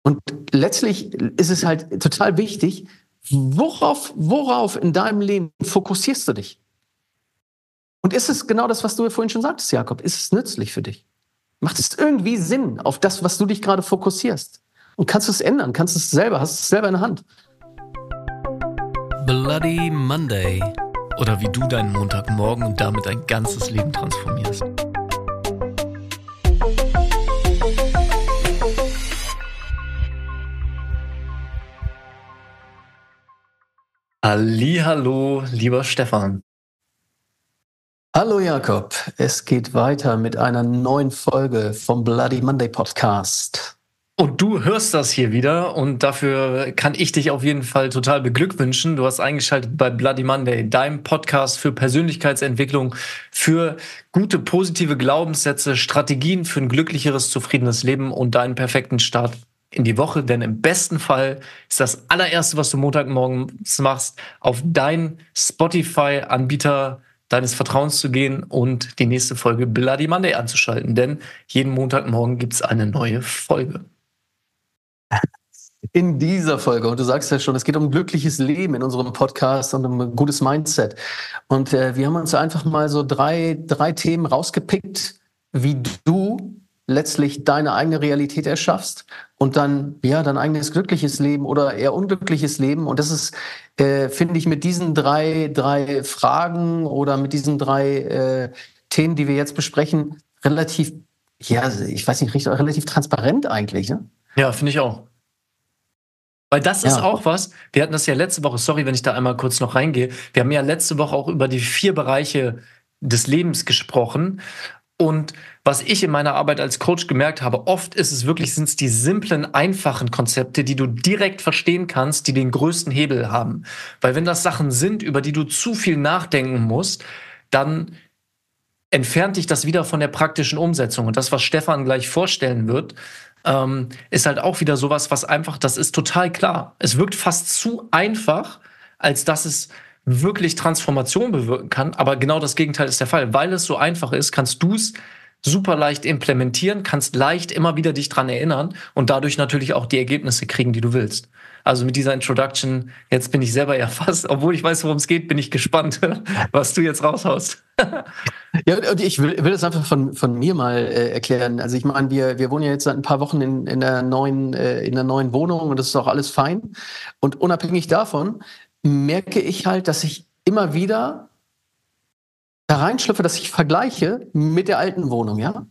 Und letztlich ist es halt total wichtig, worauf in deinem Leben fokussierst du dich? Und ist es genau das, was du vorhin schon sagtest, Jakob? Ist es nützlich für dich? Macht es irgendwie Sinn auf das, was du dich gerade fokussierst? Und kannst du es ändern? Kannst du es selber? Hast du es selber in der Hand? Bloody Monday. Oder wie du deinen Montagmorgen und damit dein ganzes Leben transformierst. Hallihallo, lieber Stefan. Hallo Jakob, es geht weiter mit einer neuen Folge vom Bloody Monday Podcast. Und du hörst das hier wieder und dafür kann ich dich auf jeden Fall total beglückwünschen. Du hast eingeschaltet bei Bloody Monday, deinem Podcast für Persönlichkeitsentwicklung, für gute, positive Glaubenssätze, Strategien für ein glücklicheres, zufriedenes Leben und deinen perfekten Start in die Woche. Denn im besten Fall ist das allererste, was du Montagmorgens machst, auf deinen Spotify-Anbieter deines Vertrauens zu gehen und die nächste Folge Bloody Monday anzuschalten. Denn jeden Montagmorgen gibt es eine neue Folge. In dieser Folge, und du sagst ja schon, es geht um ein glückliches Leben in unserem Podcast und um ein gutes Mindset. Und wir haben uns einfach mal so drei Themen rausgepickt, wie du letztlich deine eigene Realität erschaffst und dann dein eigenes glückliches Leben oder eher unglückliches Leben. Und das ist, finde ich, mit diesen drei Fragen oder mit diesen drei Themen, die wir jetzt besprechen, relativ, relativ transparent eigentlich, ne? Ja, finde ich auch. Weil das ist auch was, wir hatten das ja letzte Woche, sorry, wenn ich da einmal kurz noch reingehe, wir haben ja letzte Woche auch über die 4 Bereiche des Lebens gesprochen. Und was ich in meiner Arbeit als Coach gemerkt habe, oft sind es die simplen, einfachen Konzepte, die du direkt verstehen kannst, die den größten Hebel haben. Weil wenn das Sachen sind, über die du zu viel nachdenken musst, dann entfernt dich das wieder von der praktischen Umsetzung. Und das, was Stefan gleich vorstellen wird, ist halt auch wieder sowas, was einfach, das ist total klar. Es wirkt fast zu einfach, als dass es wirklich Transformation bewirken kann. Aber genau das Gegenteil ist der Fall. Weil es so einfach ist, kannst du es super leicht implementieren, kannst leicht immer wieder dich dran erinnern und dadurch natürlich auch die Ergebnisse kriegen, die du willst. Also mit dieser Introduction, jetzt bin ich selber erfasst, obwohl ich weiß, worum es geht, bin ich gespannt, was du jetzt raushaust. Ja, und ich will das einfach von mir mal erklären. Also ich meine, wir wohnen ja jetzt seit ein paar Wochen in der neuen Wohnung und das ist auch alles fein. Und unabhängig davon merke ich halt, dass ich immer wieder da reinschlüpfe, dass ich vergleiche mit der alten Wohnung, ja.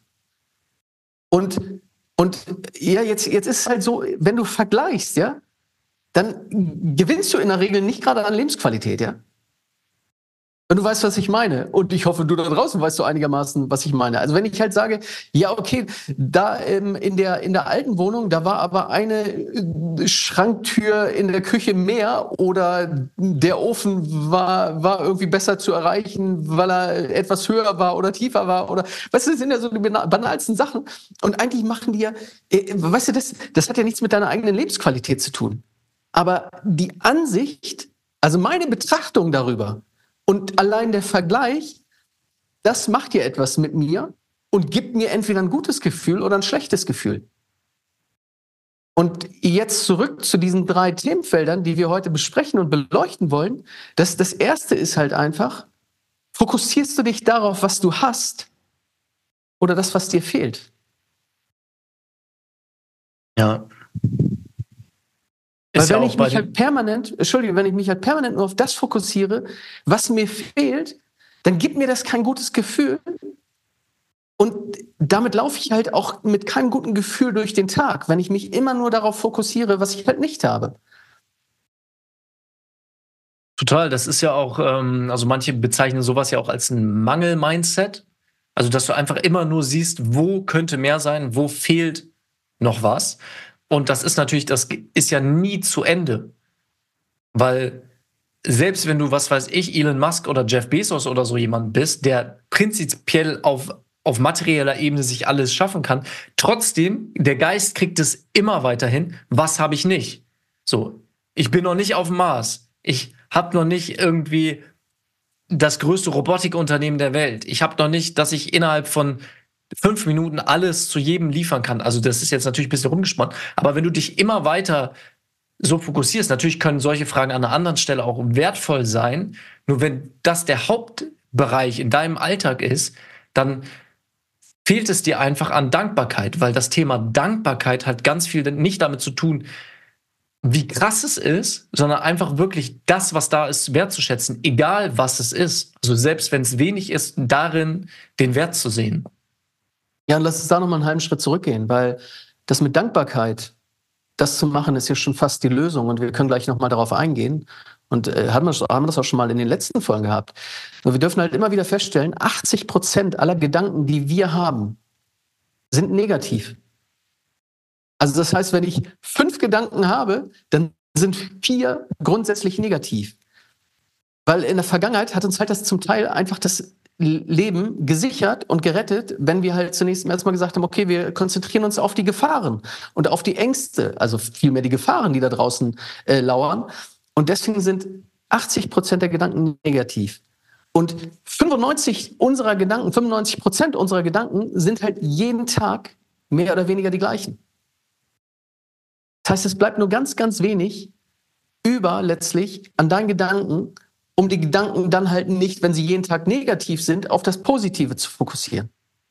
Und ja, jetzt ist es halt so, wenn du vergleichst, ja, dann gewinnst du in der Regel nicht gerade an Lebensqualität, ja. Und du weißt, was ich meine. Und ich hoffe, du da draußen weißt du einigermaßen, was ich meine. Also wenn ich halt sage, ja, okay, da in der alten Wohnung, da war aber eine Schranktür in der Küche mehr oder der Ofen war irgendwie besser zu erreichen, weil er etwas höher war oder tiefer war oder, weißt du, das sind ja so die banalsten Sachen. Und eigentlich machen die ja, weißt du, das hat ja nichts mit deiner eigenen Lebensqualität zu tun. Aber die Ansicht, also meine Betrachtung darüber, und allein der Vergleich, das macht ja etwas mit mir und gibt mir entweder ein gutes Gefühl oder ein schlechtes Gefühl. Und jetzt zurück zu diesen 3 Themenfeldern, die wir heute besprechen und beleuchten wollen. Das erste ist halt einfach, fokussierst du dich darauf, was du hast oder das, was dir fehlt? Ja. Weil wenn ich mich halt permanent nur auf das fokussiere, was mir fehlt, dann gibt mir das kein gutes Gefühl. Und damit laufe ich halt auch mit keinem guten Gefühl durch den Tag, wenn ich mich immer nur darauf fokussiere, was ich halt nicht habe. Total, das ist ja auch, also manche bezeichnen sowas ja auch als ein Mangel-Mindset. Also, dass du einfach immer nur siehst, wo könnte mehr sein, wo fehlt noch was. Und das ist ja nie zu Ende. Weil selbst wenn du, was weiß ich, Elon Musk oder Jeff Bezos oder so jemand bist, der prinzipiell auf materieller Ebene sich alles schaffen kann, trotzdem, der Geist kriegt es immer weiterhin. Was habe ich nicht? So, ich bin noch nicht auf dem Mars. Ich habe noch nicht irgendwie das größte Robotikunternehmen der Welt. Ich habe noch nicht, dass ich innerhalb von 5 Minuten alles zu jedem liefern kann. Also das ist jetzt natürlich ein bisschen rumgespannt, aber wenn du dich immer weiter so fokussierst, natürlich können solche Fragen an einer anderen Stelle auch wertvoll sein, nur wenn das der Hauptbereich in deinem Alltag ist, dann fehlt es dir einfach an Dankbarkeit, weil das Thema Dankbarkeit hat ganz viel nicht damit zu tun, wie krass es ist, sondern einfach wirklich das, was da ist, wertzuschätzen, egal was es ist. Also selbst wenn es wenig ist, darin den Wert zu sehen. Ja, und lass uns da nochmal einen halben Schritt zurückgehen, weil das mit Dankbarkeit, das zu machen, ist ja schon fast die Lösung und wir können gleich nochmal darauf eingehen. Und haben wir das auch schon mal in den letzten Folgen gehabt. Nur wir dürfen halt immer wieder feststellen, 80% aller Gedanken, die wir haben, sind negativ. Also das heißt, wenn ich 5 Gedanken habe, dann sind 4 grundsätzlich negativ. Weil in der Vergangenheit hat uns halt das zum Teil einfach das Leben gesichert und gerettet, wenn wir halt zunächst erstmal gesagt haben, okay, wir konzentrieren uns auf die Gefahren und auf die Ängste, also vielmehr die Gefahren, die da draußen lauern. Und deswegen sind 80% der Gedanken negativ. Und 95% unserer Gedanken sind halt jeden Tag mehr oder weniger die gleichen. Das heißt, es bleibt nur ganz, ganz wenig über letztlich an deinen Gedanken, um die Gedanken dann halt nicht, wenn sie jeden Tag negativ sind, auf das Positive zu fokussieren.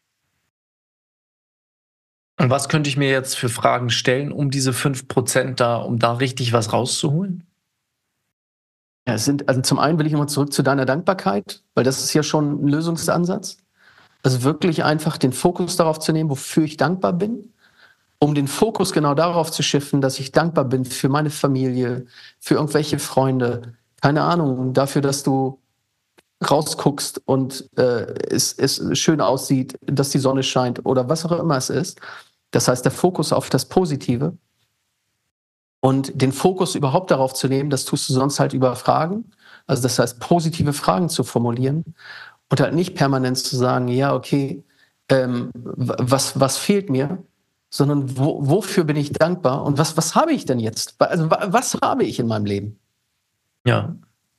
Und was könnte ich mir jetzt für Fragen stellen, um diese 5% um da richtig was rauszuholen? Ja, also zum einen will ich nochmal zurück zu deiner Dankbarkeit, weil das ist ja schon ein Lösungsansatz. Also wirklich einfach den Fokus darauf zu nehmen, wofür ich dankbar bin, um den Fokus genau darauf zu shiften, dass ich dankbar bin für meine Familie, für irgendwelche Freunde, keine Ahnung, dafür, dass du rausguckst und es schön aussieht, dass die Sonne scheint oder was auch immer es ist. Das heißt, der Fokus auf das Positive und den Fokus überhaupt darauf zu nehmen, das tust du sonst halt über Fragen. Also das heißt, positive Fragen zu formulieren und halt nicht permanent zu sagen, ja, okay, was fehlt mir? Sondern wofür bin ich dankbar und was habe ich denn jetzt? Also was habe ich in meinem Leben? Ja.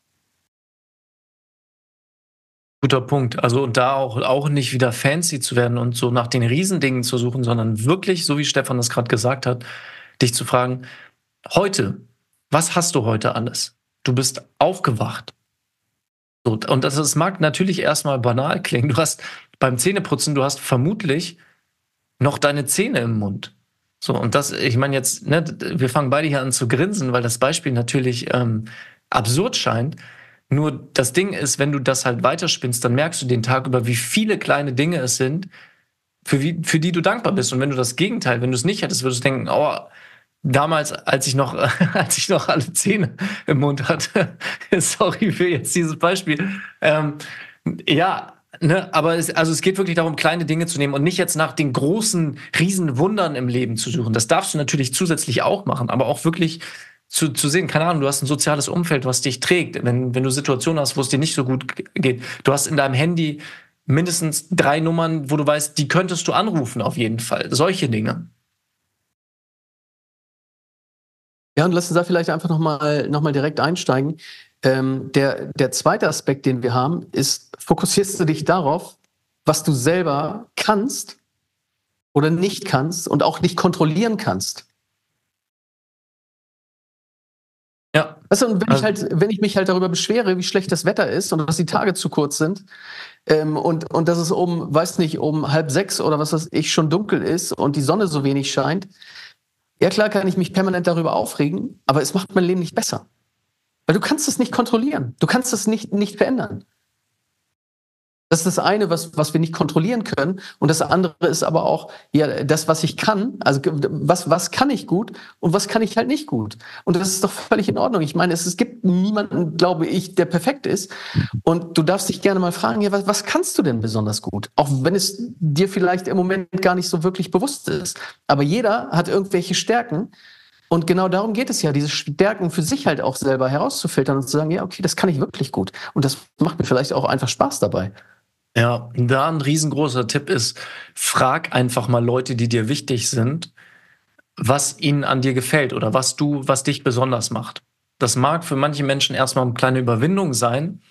Guter Punkt. Also und da auch nicht wieder fancy zu werden und so nach den Riesendingen zu suchen, sondern wirklich, so wie Stefan das gerade gesagt hat, dich zu fragen, heute, was hast du heute alles? Du bist aufgewacht. So, und das mag natürlich erstmal banal klingen. Du hast beim Zähneputzen, du hast vermutlich noch deine Zähne im Mund. So, und das, ich meine jetzt, ne, wir fangen beide hier an zu grinsen, weil das Beispiel natürlich absurd scheint. Nur das Ding ist, wenn du das halt weiterspinnst, dann merkst du den Tag über, wie viele kleine Dinge es sind, für die du dankbar bist. Und wenn du das Gegenteil, wenn du es nicht hättest, würdest du denken, oh, damals, als ich noch alle Zähne im Mund hatte, sorry für jetzt dieses Beispiel, ja, ne, aber es geht wirklich darum, kleine Dinge zu nehmen und nicht jetzt nach den großen, riesen Wundern im Leben zu suchen. Das darfst du natürlich zusätzlich auch machen, aber auch wirklich zu sehen, keine Ahnung, du hast ein soziales Umfeld, was dich trägt, wenn du Situationen hast, wo es dir nicht so gut geht. Du hast in deinem Handy mindestens 3 Nummern, wo du weißt, die könntest du anrufen auf jeden Fall. Solche Dinge. Ja, und lass uns da vielleicht einfach noch mal direkt einsteigen. Der zweite Aspekt, den wir haben, ist, fokussierst du dich darauf, was du selber kannst oder nicht kannst und auch nicht kontrollieren kannst. Ja. Weißt du, und wenn ich mich halt darüber beschwere, wie schlecht das Wetter ist und dass die Tage zu kurz sind, und dass es um 5:30 oder was weiß ich schon dunkel ist und die Sonne so wenig scheint, ja klar kann ich mich permanent darüber aufregen, aber es macht mein Leben nicht besser. Weil du kannst es nicht kontrollieren. Du kannst es nicht verändern. Das ist das eine, was wir nicht kontrollieren können. Und das andere ist aber auch, ja, das, was ich kann. Also was kann ich gut und was kann ich halt nicht gut. Und das ist doch völlig in Ordnung. Ich meine, es gibt niemanden, glaube ich, der perfekt ist. Und du darfst dich gerne mal fragen, ja, was kannst du denn besonders gut? Auch wenn es dir vielleicht im Moment gar nicht so wirklich bewusst ist. Aber jeder hat irgendwelche Stärken. Und genau darum geht es ja, diese Stärken für sich halt auch selber herauszufiltern und zu sagen, ja, okay, das kann ich wirklich gut. Und das macht mir vielleicht auch einfach Spaß dabei. Ja, da ein riesengroßer Tipp ist, frag einfach mal Leute, die dir wichtig sind, was ihnen an dir gefällt oder was dich besonders macht. Das mag für manche Menschen erstmal eine kleine Überwindung sein,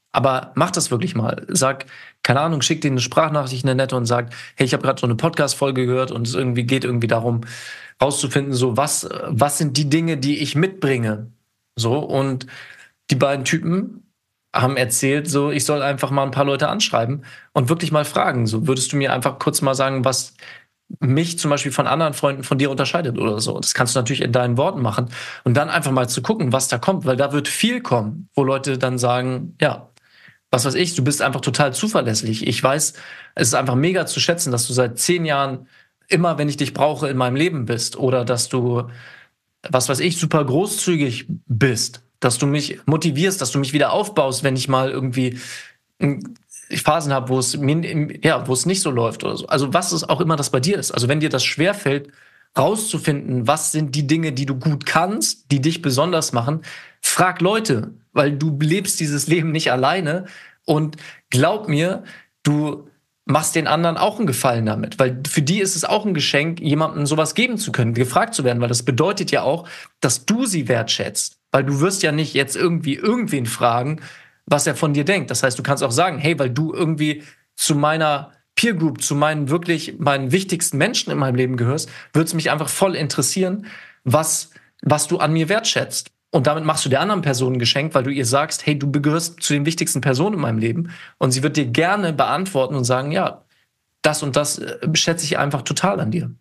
Aber mach das wirklich mal. Sag, keine Ahnung, schick denen eine Sprachnachricht, eine nette und sag, hey, ich habe gerade so eine Podcast-Folge gehört und es geht irgendwie darum, rauszufinden, so was sind die Dinge, die ich mitbringe. So, und die beiden Typen haben erzählt, so, ich soll einfach mal ein paar Leute anschreiben und wirklich mal fragen. So, würdest du mir einfach kurz mal sagen, was mich zum Beispiel von anderen Freunden von dir unterscheidet oder so. Das kannst du natürlich in deinen Worten machen und dann einfach mal zu gucken, was da kommt, weil da wird viel kommen, wo Leute dann sagen, ja, was weiß ich, du bist einfach total zuverlässig. Ich weiß, es ist einfach mega zu schätzen, dass du seit 10 Jahren immer, wenn ich dich brauche, in meinem Leben bist oder dass du, was weiß ich, super großzügig bist, dass du mich motivierst, dass du mich wieder aufbaust, wenn ich mal irgendwie Phasen habe, wo es nicht so läuft oder so. Also was es auch immer das bei dir ist. Also wenn dir das schwerfällt, rauszufinden, was sind die Dinge, die du gut kannst, die dich besonders machen, frag Leute, weil du lebst dieses Leben nicht alleine und glaub mir, du machst den anderen auch einen Gefallen damit, weil für die ist es auch ein Geschenk, jemandem sowas geben zu können, gefragt zu werden, weil das bedeutet ja auch, dass du sie wertschätzt, weil du wirst ja nicht jetzt irgendwie irgendwen fragen, was er von dir denkt. Das heißt, du kannst auch sagen, hey, weil du irgendwie zu meiner Peer Group, zu meinen wichtigsten Menschen in meinem Leben gehörst, würde es mich einfach voll interessieren, was du an mir wertschätzt. Und damit machst du der anderen Person ein Geschenk, weil du ihr sagst, hey, du gehörst zu den wichtigsten Personen in meinem Leben. Und sie wird dir gerne beantworten und sagen, ja, das und das schätze ich einfach total an dir.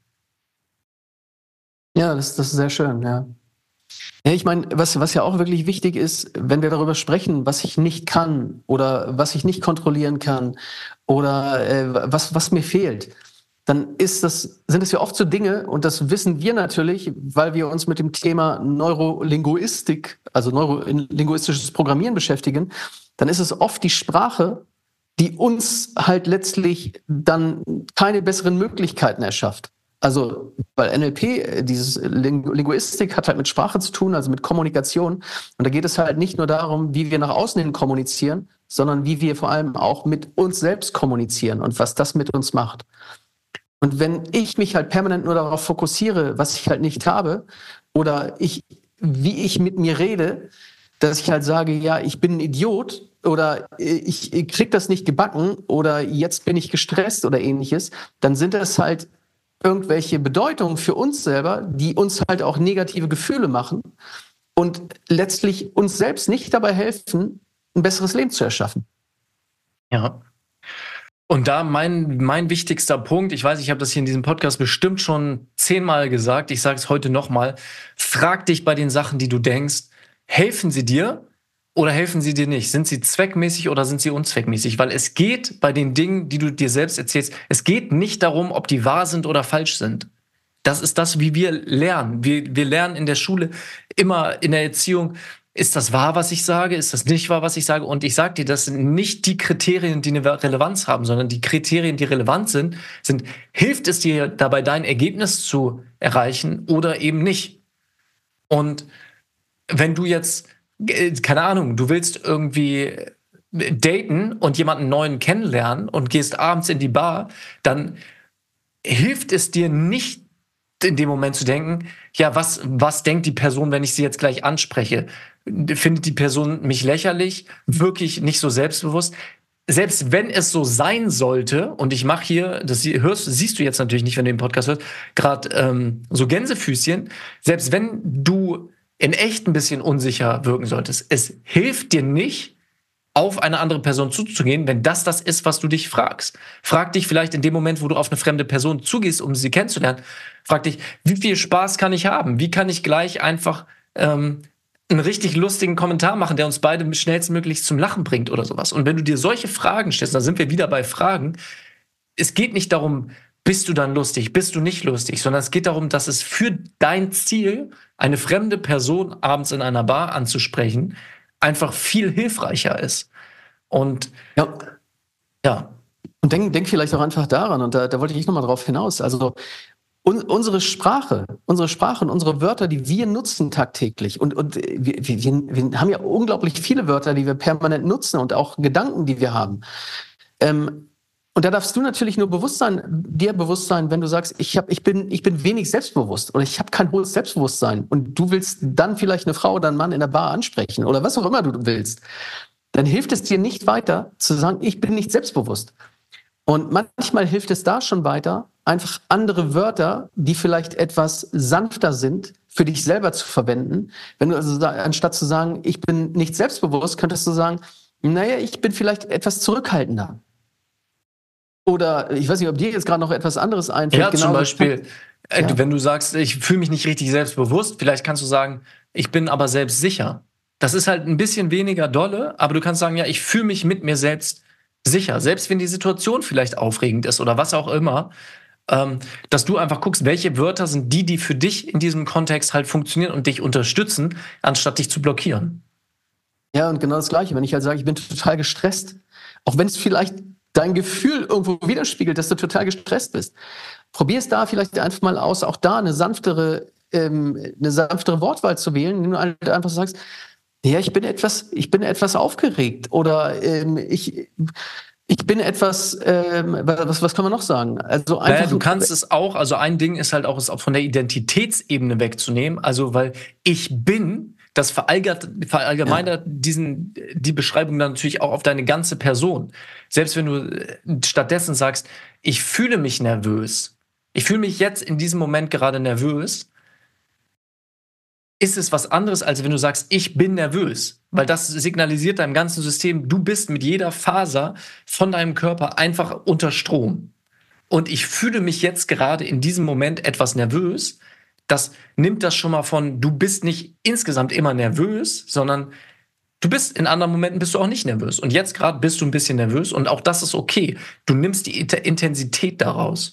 Ja, das ist sehr schön, ja. Ja, ich meine, was ja auch wirklich wichtig ist, wenn wir darüber sprechen, was ich nicht kann oder was ich nicht kontrollieren kann oder was mir fehlt, dann sind es ja oft so Dinge, und das wissen wir natürlich, weil wir uns mit dem Thema Neurolinguistik, also neurolinguistisches Programmieren beschäftigen, dann ist es oft die Sprache, die uns halt letztlich dann keine besseren Möglichkeiten erschafft. Also, weil NLP, dieses Linguistik hat halt mit Sprache zu tun, also mit Kommunikation. Und da geht es halt nicht nur darum, wie wir nach außen hin kommunizieren, sondern wie wir vor allem auch mit uns selbst kommunizieren und was das mit uns macht. Und wenn ich mich halt permanent nur darauf fokussiere, was ich halt nicht habe, oder wie ich mit mir rede, dass ich halt sage, ja, ich bin ein Idiot oder ich krieg das nicht gebacken oder jetzt bin ich gestresst oder ähnliches, dann sind das halt irgendwelche Bedeutungen für uns selber, die uns halt auch negative Gefühle machen und letztlich uns selbst nicht dabei helfen, ein besseres Leben zu erschaffen. Ja. Und da mein wichtigster Punkt, ich weiß, ich habe das hier in diesem Podcast bestimmt schon 10-mal gesagt, ich sage es heute nochmal, frag dich bei den Sachen, die du denkst, helfen sie dir oder helfen sie dir nicht? Sind sie zweckmäßig oder sind sie unzweckmäßig? Weil es geht bei den Dingen, die du dir selbst erzählst, es geht nicht darum, ob die wahr sind oder falsch sind. Das ist das, wie wir lernen. Wir lernen in der Schule, immer in der Erziehung, ist das wahr, was ich sage? Ist das nicht wahr, was ich sage? Und ich sage dir, das sind nicht die Kriterien, die eine Relevanz haben, sondern die Kriterien, die relevant sind, hilft es dir dabei, dein Ergebnis zu erreichen oder eben nicht? Und wenn du jetzt, keine Ahnung, du willst irgendwie daten und jemanden neuen kennenlernen und gehst abends in die Bar, dann hilft es dir nicht, in dem Moment zu denken, ja, was denkt die Person, wenn ich sie jetzt gleich anspreche? Findet die Person mich lächerlich? Wirklich nicht so selbstbewusst? Selbst wenn es so sein sollte, und ich mache hier, siehst du jetzt natürlich nicht, wenn du den Podcast hörst, gerade so Gänsefüßchen, selbst wenn du in echt ein bisschen unsicher wirken solltest, es hilft dir nicht, auf eine andere Person zuzugehen, wenn das ist, was du dich fragst. Frag dich vielleicht in dem Moment, wo du auf eine fremde Person zugehst, um sie kennenzulernen, frag dich, wie viel Spaß kann ich haben? Wie kann ich gleich einfach einen richtig lustigen Kommentar machen, der uns beide schnellstmöglich zum Lachen bringt oder sowas. Und wenn du dir solche Fragen stellst, da sind wir wieder bei Fragen, es geht nicht darum, bist du dann lustig, bist du nicht lustig, sondern es geht darum, dass es für dein Ziel, eine fremde Person abends in einer Bar anzusprechen, einfach viel hilfreicher ist. Und ja. Und denk vielleicht auch einfach daran, und da wollte ich nochmal drauf hinaus, also unsere Sprache und unsere Wörter, die wir nutzen tagtäglich, und wir haben ja unglaublich viele Wörter, die wir permanent nutzen und auch Gedanken, die wir haben. Und da darfst du natürlich nur dir bewusst sein, wenn du sagst, ich bin wenig selbstbewusst oder ich habe kein hohes Selbstbewusstsein und du willst dann vielleicht eine Frau oder einen Mann in der Bar ansprechen oder was auch immer du willst. dann hilft es dir nicht weiter zu sagen, ich bin nicht selbstbewusst. Und manchmal hilft es da schon weiter, einfach andere Wörter, die vielleicht etwas sanfter sind, für dich selber zu verwenden. Wenn du also anstatt zu sagen, ich bin nicht selbstbewusst, könntest du sagen, naja, ich bin vielleicht etwas zurückhaltender. Oder ich weiß nicht, ob dir jetzt gerade noch etwas anderes einfällt. Ja, zum Beispiel, Ja. wenn du sagst, ich fühle mich nicht richtig selbstbewusst, vielleicht kannst du sagen, ich bin aber selbstsicher. Das ist halt ein bisschen weniger dolle, aber du kannst sagen, ja, ich fühle mich mit mir selbst sicher. Selbst wenn die Situation vielleicht aufregend ist oder was auch immer, dass du einfach guckst, welche Wörter sind die für dich in diesem Kontext halt funktionieren und dich unterstützen, anstatt dich zu blockieren. Ja, und genau das Gleiche. Wenn ich halt sage, ich bin total gestresst, auch wenn es vielleicht dein Gefühl irgendwo widerspiegelt, dass du total gestresst bist, probier es da vielleicht einfach mal aus, auch da eine sanftere Wortwahl zu wählen, indem du halt einfach sagst, ja, ich bin etwas aufgeregt oder ich bin etwas, was kann man noch sagen? Also einfach. Naja, du kannst es auch, also ein Ding ist halt auch, es auch von der Identitätsebene wegzunehmen. Also, weil ich bin, das verallgemeinert die Beschreibung dann natürlich auch auf deine ganze Person. Selbst wenn du stattdessen sagst, ich fühle mich nervös, ich fühle mich jetzt in diesem Moment gerade nervös, ist es was anderes, als wenn du sagst, ich bin nervös. Weil das signalisiert deinem ganzen System, du bist mit jeder Faser von deinem Körper einfach unter Strom. Und ich fühle mich jetzt gerade in diesem Moment etwas nervös. Das nimmt das schon mal von, du bist nicht insgesamt immer nervös, sondern du bist in anderen Momenten bist du auch nicht nervös. Und jetzt gerade bist du ein bisschen nervös und auch das ist okay. Du nimmst die Intensität daraus.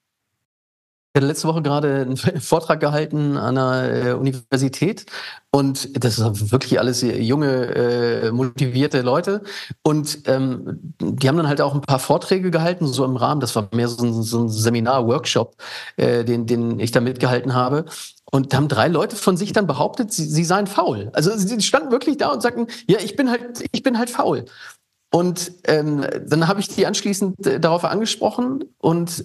Ich hatte letzte Woche gerade einen Vortrag gehalten an einer Universität und das ist wirklich alles junge, motivierte Leute und die haben dann halt auch ein paar Vorträge gehalten, so im Rahmen, das war mehr so ein Seminar-Workshop, den ich da mitgehalten habe. Und da haben 3 Leute von sich dann behauptet, sie seien faul. Also sie standen wirklich da und sagten, ja, ich bin halt faul. Und dann habe ich die anschließend darauf angesprochen und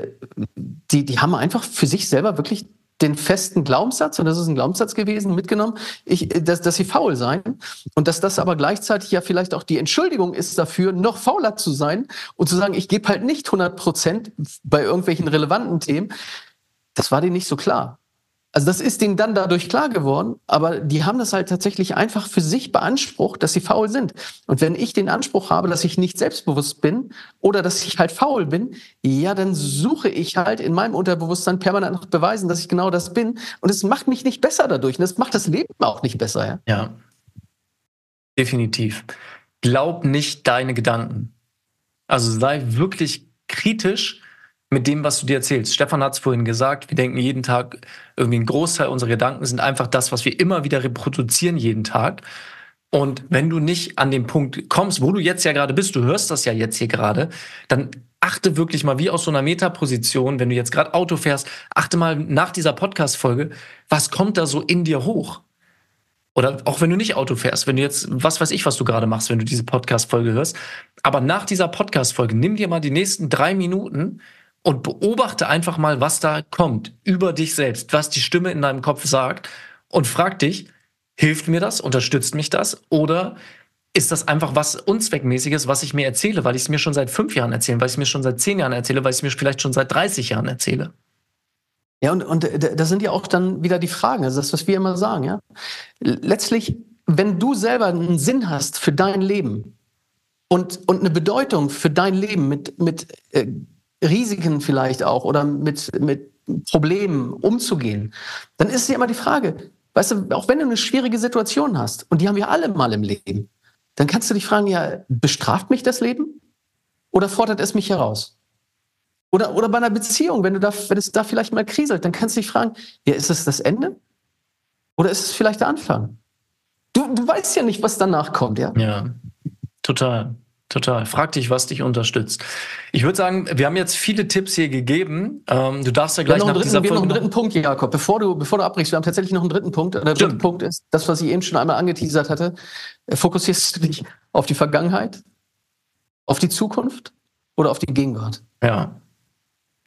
die haben einfach für sich selber wirklich den festen Glaubenssatz, und das ist ein Glaubenssatz gewesen, mitgenommen, dass sie faul seien und dass das aber gleichzeitig ja vielleicht auch die Entschuldigung ist dafür, noch fauler zu sein und zu sagen, ich gebe halt nicht 100% bei irgendwelchen relevanten Themen. Das war denen nicht so klar. Also das ist denen dann dadurch klar geworden, aber die haben das halt tatsächlich einfach für sich beansprucht, dass sie faul sind. Und wenn ich den Anspruch habe, dass ich nicht selbstbewusst bin oder dass ich halt faul bin, ja, dann suche ich halt in meinem Unterbewusstsein permanent nach Beweisen, dass ich genau das bin. Und es macht mich nicht besser dadurch. Und das macht das Leben auch nicht besser. Ja, Ja, definitiv. Glaub nicht deine Gedanken. Also sei wirklich kritisch mit dem, was du dir erzählst. Stefan hat es vorhin gesagt, wir denken jeden Tag, irgendwie ein Großteil unserer Gedanken sind einfach das, was wir immer wieder reproduzieren jeden Tag. Und wenn du nicht an den Punkt kommst, wo du jetzt ja gerade bist, du hörst das ja jetzt hier gerade, dann achte wirklich mal wie aus so einer Metaposition, wenn du jetzt gerade Auto fährst, achte mal nach dieser Podcast-Folge, was kommt da so in dir hoch? Oder auch wenn du nicht Auto fährst, wenn du jetzt, was weiß ich, was du gerade machst, wenn du diese Podcast-Folge hörst. Aber nach dieser Podcast-Folge, nimm dir mal die nächsten 3 Minuten und beobachte einfach mal, was da kommt über dich selbst, was die Stimme in deinem Kopf sagt und frag dich, hilft mir das, unterstützt mich das oder ist das einfach was Unzweckmäßiges, was ich mir erzähle, weil ich es mir schon seit 5 Jahren erzähle, weil ich es mir schon seit 10 Jahren erzähle, weil ich es mir vielleicht schon seit 30 Jahren erzähle. ja, und da sind ja auch dann wieder die Fragen, also das, was wir immer sagen, ja. Letztlich, wenn du selber einen Sinn hast für dein Leben und eine Bedeutung für dein Leben mit Risiken vielleicht auch oder mit Problemen umzugehen, dann ist ja immer die Frage, weißt du, auch wenn du eine schwierige Situation hast, und die haben wir alle mal im Leben, dann kannst du dich fragen, ja, bestraft mich das Leben oder fordert es mich heraus? Oder bei einer Beziehung, wenn es da vielleicht mal kriselt, dann kannst du dich fragen, ja, ist es das Ende oder ist es vielleicht der Anfang? Du weißt ja nicht, was danach kommt, ja? Ja, total. Total. Frag dich, was dich unterstützt. Ich würde sagen, wir haben jetzt viele Tipps hier gegeben. Du darfst ja gleich nach dieser Folge... Wir haben noch einen dritten Punkt, Jakob. Bevor du abbrichst, wir haben tatsächlich noch einen dritten Punkt. Der dritte Punkt ist, das, was ich eben schon einmal angeteasert hatte. Fokussierst du dich auf die Vergangenheit, auf die Zukunft oder auf die Gegenwart? Ja.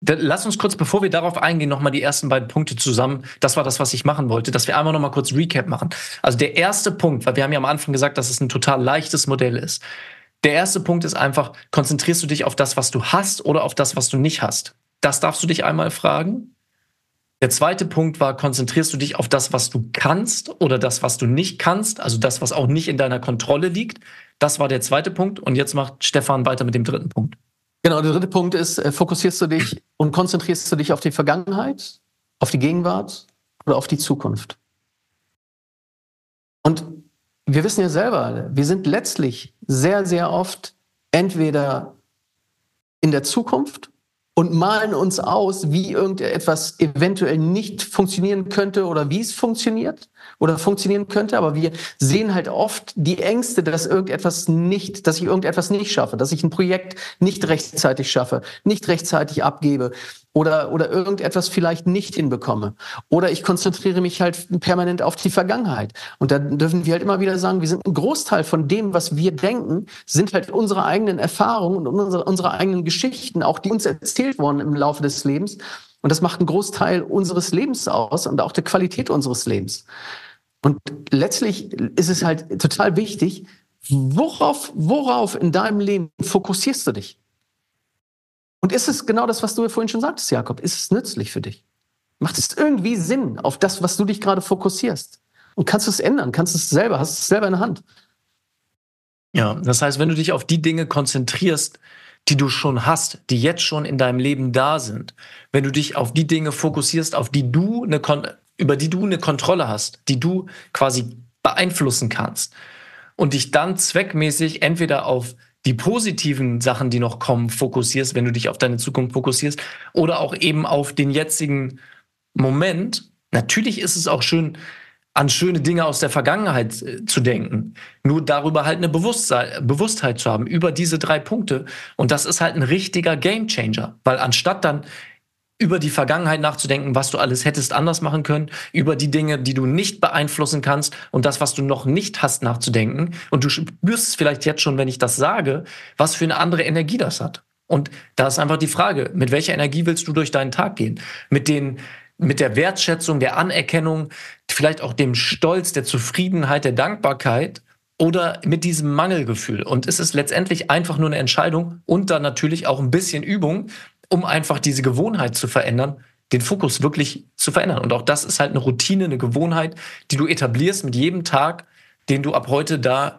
lass uns kurz, bevor wir darauf eingehen, nochmal die ersten beiden Punkte zusammen. Das war das, was ich machen wollte, dass wir einmal nochmal kurz Recap machen. Also der erste Punkt, weil wir haben ja am Anfang gesagt, dass es ein total leichtes Modell ist. Der erste Punkt ist einfach, konzentrierst du dich auf das, was du hast oder auf das, was du nicht hast? Das darfst du dich einmal fragen. Der zweite Punkt war, konzentrierst du dich auf das, was du kannst oder das, was du nicht kannst, also das, was auch nicht in deiner Kontrolle liegt. Das war der zweite Punkt. Und jetzt macht Stefan weiter mit dem dritten Punkt. Genau, der dritte Punkt ist, fokussierst du dich und konzentrierst du dich auf die Vergangenheit, auf die Gegenwart oder auf die Zukunft? Und wir wissen ja selber, wir sind letztlich sehr, sehr oft entweder in der Zukunft und malen uns aus, wie irgendetwas eventuell nicht funktionieren könnte oder wie es funktioniert oder funktionieren könnte. Aber wir sehen halt oft die Ängste, dass ich irgendetwas nicht schaffe, dass ich ein Projekt nicht rechtzeitig schaffe, nicht rechtzeitig abgebe oder irgendetwas vielleicht nicht hinbekomme. Oder ich konzentriere mich halt permanent auf die Vergangenheit. Und da dürfen wir halt immer wieder sagen, wir sind ein Großteil von dem, was wir denken, sind halt unsere eigenen Erfahrungen und unsere eigenen Geschichten, auch die uns erzählt wurden im Laufe des Lebens. Und das macht einen Großteil unseres Lebens aus und auch der Qualität unseres Lebens. Und letztlich ist es halt total wichtig, worauf in deinem Leben fokussierst du dich? Und ist es genau das, was du vorhin schon sagtest, Jakob? Ist es nützlich für dich? Macht es irgendwie Sinn auf das, was du dich gerade fokussierst? Und kannst du es ändern? Hast du es selber in der Hand? Ja, das heißt, wenn du dich auf die Dinge konzentrierst, die du schon hast, die jetzt schon in deinem Leben da sind, wenn du dich auf die Dinge fokussierst, über die du eine Kontrolle hast, die du quasi beeinflussen kannst und dich dann zweckmäßig entweder auf die positiven Sachen, die noch kommen, fokussierst, wenn du dich auf deine Zukunft fokussierst, oder auch eben auf den jetzigen Moment. Natürlich ist es auch schön, an schöne Dinge aus der Vergangenheit zu denken. Nur darüber halt eine Bewusstheit zu haben, über diese 3 Punkte. Und das ist halt ein richtiger Gamechanger. Weil anstatt dann über die Vergangenheit nachzudenken, was du alles hättest anders machen können, über die Dinge, die du nicht beeinflussen kannst und das, was du noch nicht hast, nachzudenken. Und du spürst es vielleicht jetzt schon, wenn ich das sage, was für eine andere Energie das hat. Und da ist einfach die Frage, mit welcher Energie willst du durch deinen Tag gehen? Mit der Wertschätzung, der Anerkennung, vielleicht auch dem Stolz, der Zufriedenheit, der Dankbarkeit oder mit diesem Mangelgefühl. Und es ist letztendlich einfach nur eine Entscheidung und dann natürlich auch ein bisschen Übung, um einfach diese Gewohnheit zu verändern, den Fokus wirklich zu verändern. Und auch das ist halt eine Routine, eine Gewohnheit, die du etablierst mit jedem Tag, den du ab heute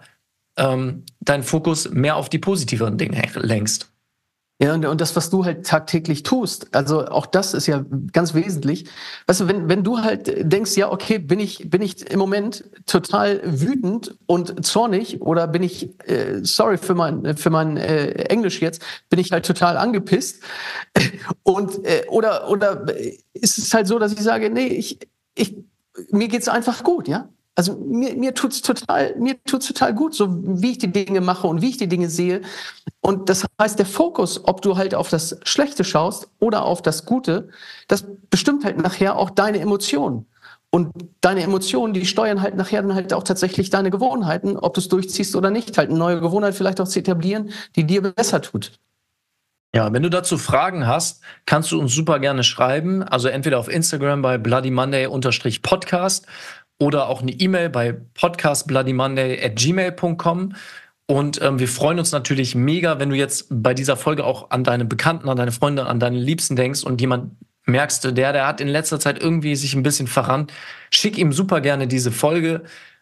deinen Fokus mehr auf die positiveren Dinge lenkst. Ja, und das, was du halt tagtäglich tust, also auch das ist ja ganz wesentlich. Weißt du, wenn du halt denkst, ja, okay, bin ich im Moment total wütend und zornig oder bin ich, sorry für mein Englisch jetzt, bin ich halt total angepisst und oder ist es halt so, dass ich sage, nee, mir geht's einfach gut, ja? Also mir tut's total gut, so wie ich die Dinge mache und wie ich die Dinge sehe. Und das heißt, der Fokus, ob du halt auf das Schlechte schaust oder auf das Gute, das bestimmt halt nachher auch deine Emotionen. Und deine Emotionen, die steuern halt nachher dann halt auch tatsächlich deine Gewohnheiten, ob du es durchziehst oder nicht, halt eine neue Gewohnheit vielleicht auch zu etablieren, die dir besser tut. Ja, wenn du dazu Fragen hast, kannst du uns super gerne schreiben. Also entweder auf Instagram bei bloodymonday_podcast oder auch eine E-Mail bei podcastbloodymonday@gmail.com. Und wir freuen uns natürlich mega, wenn du jetzt bei dieser Folge auch an deine Bekannten, an deine Freunde, an deine Liebsten denkst und jemand merkst, der hat in letzter Zeit irgendwie sich ein bisschen verrannt. Schick ihm super gerne diese Folge,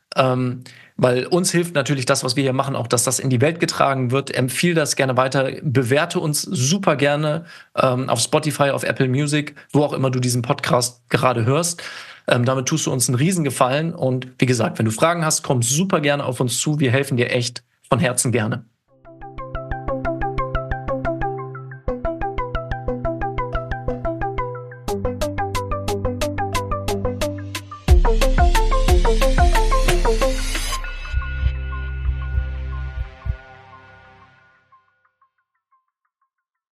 weil uns hilft natürlich das, was wir hier machen, auch, dass das in die Welt getragen wird. Empfiehl das gerne weiter, bewerte uns super gerne auf Spotify, auf Apple Music, wo auch immer du diesen Podcast gerade hörst. Damit tust du uns einen Riesengefallen. Und wie gesagt, wenn du Fragen hast, komm super gerne auf uns zu. Wir helfen dir echt von Herzen gerne.